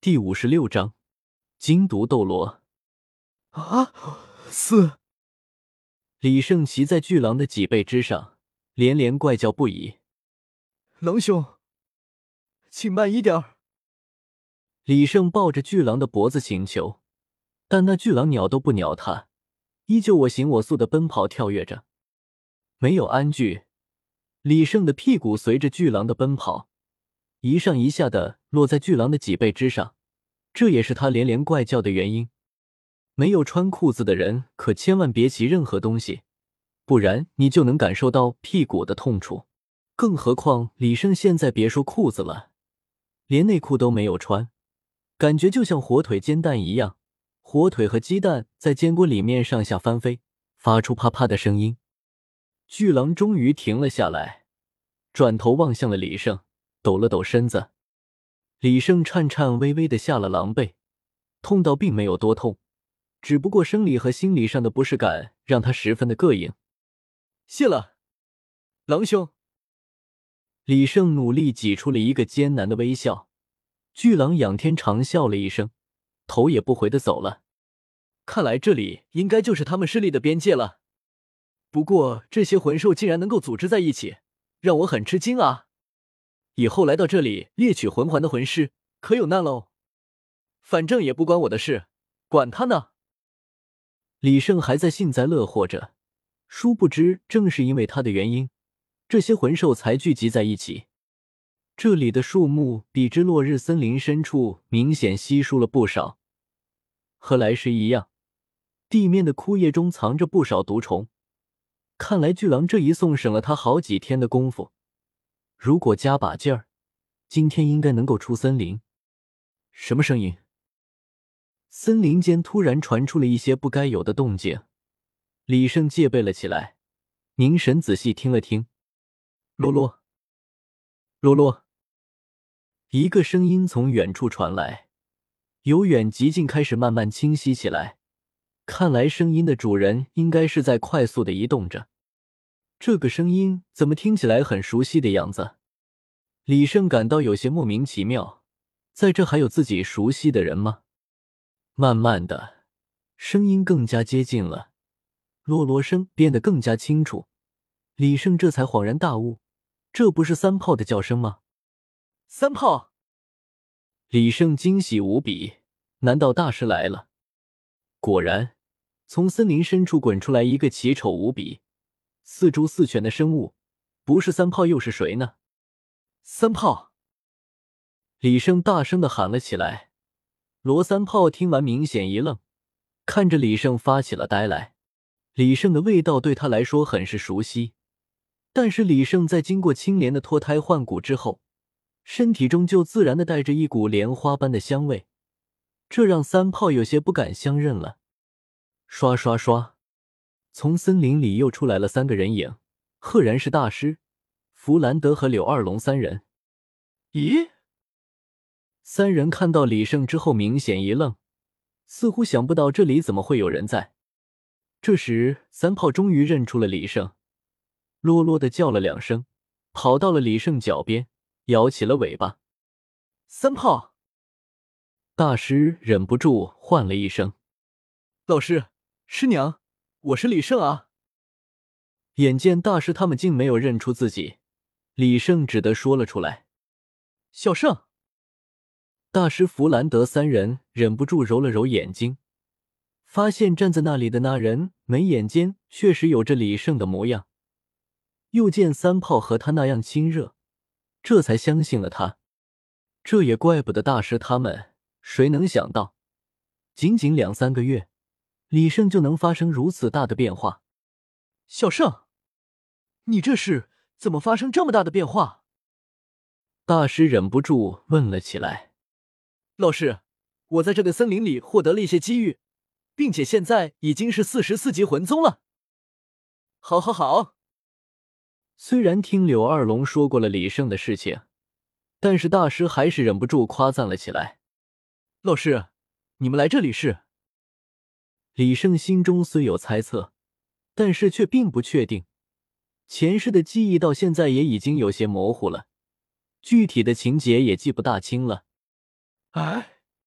第56章精毒斗罗。 啊！死！ 李胜骑在巨狼的脊背之上，连连怪叫不已。 狼兄，请慢一点儿。 李胜抱着巨狼的脖子请求，但那巨狼鸟都不鸟他，依旧我行我素的奔跑跳跃着，没有安居。李胜的屁股随着巨狼的奔跑，一上一下的落在巨狼的脊背之上，这也是他连连怪叫的原因。没有穿裤子的人可千万别骑任何东西，不然你就能感受到屁股的痛楚。更何况李胜现在别说裤子了，连内裤都没有穿，感觉就像火腿煎蛋一样，火腿和鸡蛋在煎锅里面上下翻飞，发出啪啪的声音。巨狼终于停了下来，转头望向了李胜，抖了抖身子。李胜颤颤巍巍地下了狼狈，痛到并没有多痛，只不过生理和心理上的不适感让他十分的膈应。 谢了，狼兄。 李胜努力挤出了一个艰难的微笑。巨狼仰天长笑了一声，头也不回地走了。 看来这里应该就是他们势力的边界了。不过这些魂兽竟然能够组织在一起，让我很吃惊啊！以后来到这里猎取魂环的魂师可有难喽。反正也不关我的事，管他呢。 李胜还在幸灾乐祸着，殊不知正是因为他的原因，这些魂兽才聚集在一起。这里的树木比之落日森林深处明显稀疏了不少，和来时一样，地面的枯叶中藏着不少毒虫。看来巨狼这一送省了他好几天的功夫，如果加把劲儿，今天应该能够出森林。什么声音？森林间突然传出了一些不该有的动静，李胜戒备了起来，凝神仔细听了听。啰啰啰啰，一个声音从远处传来，由远及近开始慢慢清晰起来。看来声音的主人应该是在快速地移动着。这个声音怎么听起来很熟悉的样子？李胜感到有些莫名其妙，在这还有自己熟悉的人吗？慢慢的，声音更加接近了，啰啰声变得更加清楚。李胜这才恍然大悟，这不是三炮的叫声吗？ 三炮！ 李胜惊喜无比，难道大师来了？果然，从森林深处滚出来一个奇丑无比、四肢四拳的生物，不是三炮又是谁呢？ 三炮！ 李胜大声地喊了起来。罗三炮听完明显一愣，看着李胜发起了呆来。李胜的味道对他来说很是熟悉，但是李胜在经过青莲的脱胎换骨之后，身体中就自然地带着一股莲花般的香味，这让三炮有些不敢相认了。刷刷刷，从森林里又出来了三个人影，赫然是大师、弗兰德和柳二龙三人。 咦？ 三人看到李胜之后明显一愣，似乎想不到这里怎么会有人在。这时三炮终于认出了李胜，啰啰地叫了两声，跑到了李胜脚边，摇起了尾巴。 三炮！ 大师忍不住唤了一声： 老师，师娘，我是李胜啊。 眼见大师他们竟没有认出自己，李胜只得说了出来： 小胜。 大师弗兰德三人忍不住揉了揉眼睛，发现站在那里的那人眉眼间确实有着李胜的模样，又见三炮和他那样亲热，这才相信了他。这也怪不得大师他们，谁能想到仅仅2-3个月，李胜就能发生如此大的变化。 小胜，你这是怎么发生这么大的变化？ 大师忍不住问了起来。 老师，我在这个森林里获得了一些机遇，并且现在已经是44级魂宗了。好好好。 虽然听柳二龙说过了李胜的事情，但是大师还是忍不住夸赞了起来。 老师，你们来这里是？ 李胜心中虽有猜测，但是却并不确定。前世的记忆到现在也已经有些模糊了，具体的情节也记不大清了。 哎，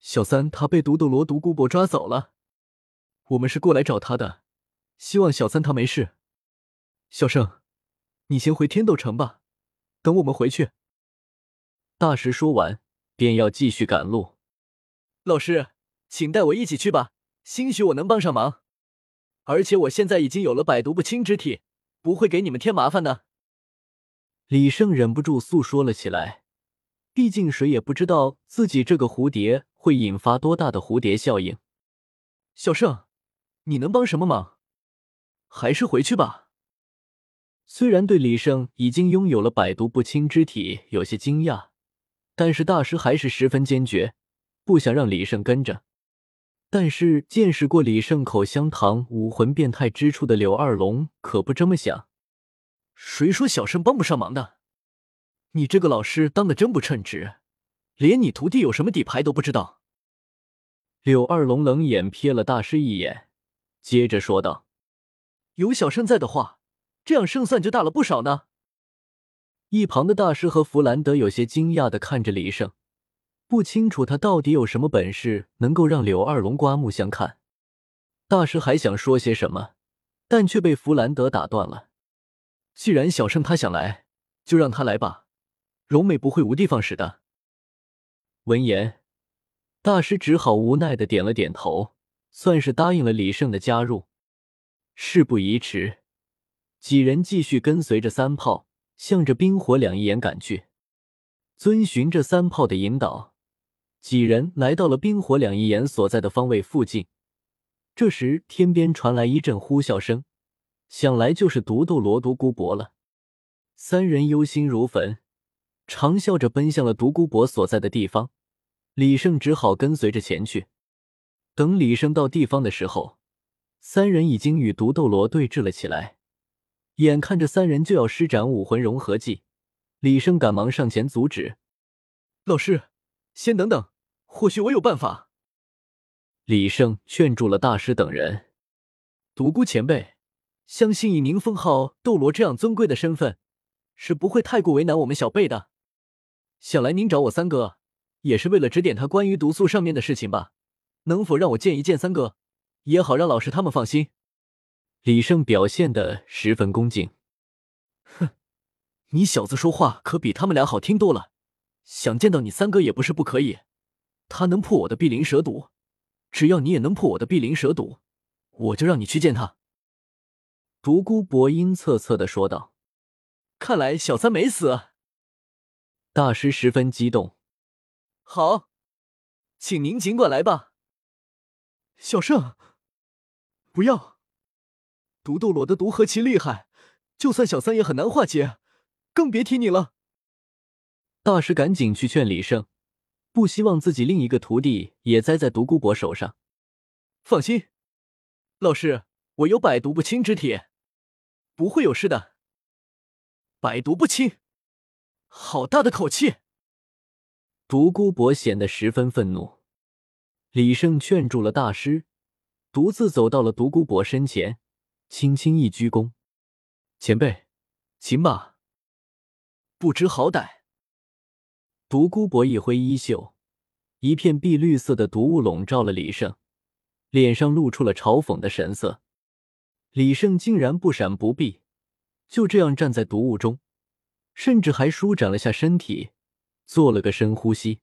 小三他被毒斗罗独孤博抓走了，我们是过来找他的，希望小三他没事。小圣，你先回天斗城吧，等我们回去。 大师说完，便要继续赶路。 老师，请带我一起去吧，兴许我能帮上忙。而且我现在已经有了百毒不侵之体，不会给你们添麻烦的。 李胜忍不住诉说了起来，毕竟谁也不知道自己这个蝴蝶会引发多大的蝴蝶效应。 小圣，你能帮什么忙？还是回去吧。 虽然对李胜已经拥有了百毒不侵之体有些惊讶，但是大师还是十分坚决，不想让李胜跟着。但是见识过李胜口香糖武魂变态之处的柳二龙可不这么想。 谁说小圣帮不上忙的？你这个老师当得真不称职，连你徒弟有什么底牌都不知道。 柳二龙冷眼瞥了大师一眼，接着说道： 有小圣在的话，这样胜算就大了不少呢。 一旁的大师和弗兰德有些惊讶地看着李胜，不清楚他到底有什么本事能够让柳二龙刮目相看。大师还想说些什么，但却被弗兰德打断了。 既然小圣他想来，就让他来吧，荣美不会无的放矢的。 闻言，大师只好无奈地点了点头，算是答应了李胜的加入。事不宜迟，几人继续跟随着三炮，向着冰火两仪岩赶去。遵循着三炮的引导，几人来到了冰火两仪岩所在的方位附近。这时天边传来一阵呼啸声，想来就是毒斗罗独孤博了。三人忧心如焚，长啸着奔向了独孤博所在的地方。李胜只好跟随着前去。等李胜到地方的时候，三人已经与毒斗罗对峙了起来。眼看着三人就要施展武魂融合技，李胜赶忙上前阻止。 老师，先等等，或许我有办法。 李胜劝住了大师等人。 独孤前辈，相信以您封号斗罗这样尊贵的身份，是不会太过为难我们小辈的。想来您找我三哥，也是为了指点他关于毒素上面的事情吧？能否让我见一见三哥，也好让老师他们放心。 李胜表现得十分恭敬。 哼，你小子说话可比他们俩好听多了。想见到你三哥也不是不可以，他能破我的碧鳞蛇毒，只要你也能破我的碧鳞蛇毒，我就让你去见他。 独孤博阴恻恻地说道。 看来小三没死。 大师十分激动。 好，请您尽管来吧。小圣，不要！毒斗罗的毒何其厉害，就算小三也很难化解，更别提你了。 大师赶紧去劝李胜，不希望自己另一个徒弟也栽在独孤博手上。 放心，老师，我有百毒不侵之体，不会有事的。百毒不侵，好大的口气！ 独孤博显得十分愤怒。李胜劝住了大师，独自走到了独孤博身前，轻轻一鞠躬：“ 前辈，请吧。”不知好歹。 独孤博一挥衣袖，一片碧绿色的毒雾笼罩了李胜，脸上露出了嘲讽的神色。李胜竟然不闪不避，就这样站在毒雾中，甚至还舒展了下身体，做了个深呼吸。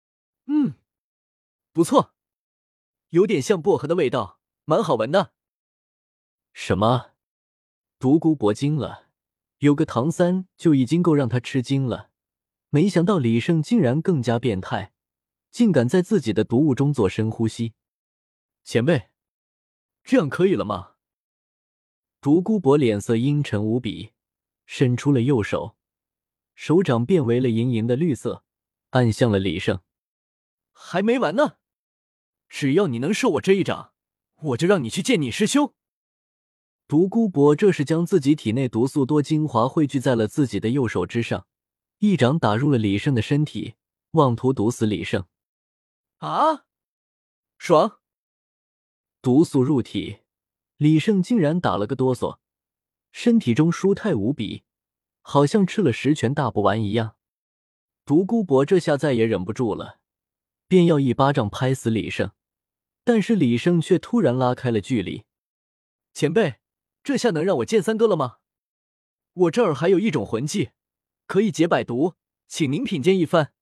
不错，有点像薄荷的味道，蛮好闻的。 什么？独孤博惊了，有个唐三就已经够让他吃惊了，没想到李胜竟然更加变态，竟敢在自己的毒雾中做深呼吸。 前辈，这样可以了吗？ 独孤博脸色阴沉无比，伸出了右手，手掌变为了莹莹的绿色，按向了李胜。 还没完呢，只要你能受我这一掌，我就让你去见你师兄。 独孤博这是将自己体内毒素多精华汇聚在了自己的右手之上，一掌打入了李胜的身体，妄图毒死李胜。 啊！爽！ 毒素入体，李胜竟然打了个哆嗦，身体中舒泰无比，好像吃了10拳大补丸一样。独孤博这下再也忍不住了， 便要一巴掌拍死李胜，但是李胜却突然拉开了距离。 前辈，这下能让我见三哥了吗？我这儿还有一种魂技，可以解百毒，请您品鉴一番。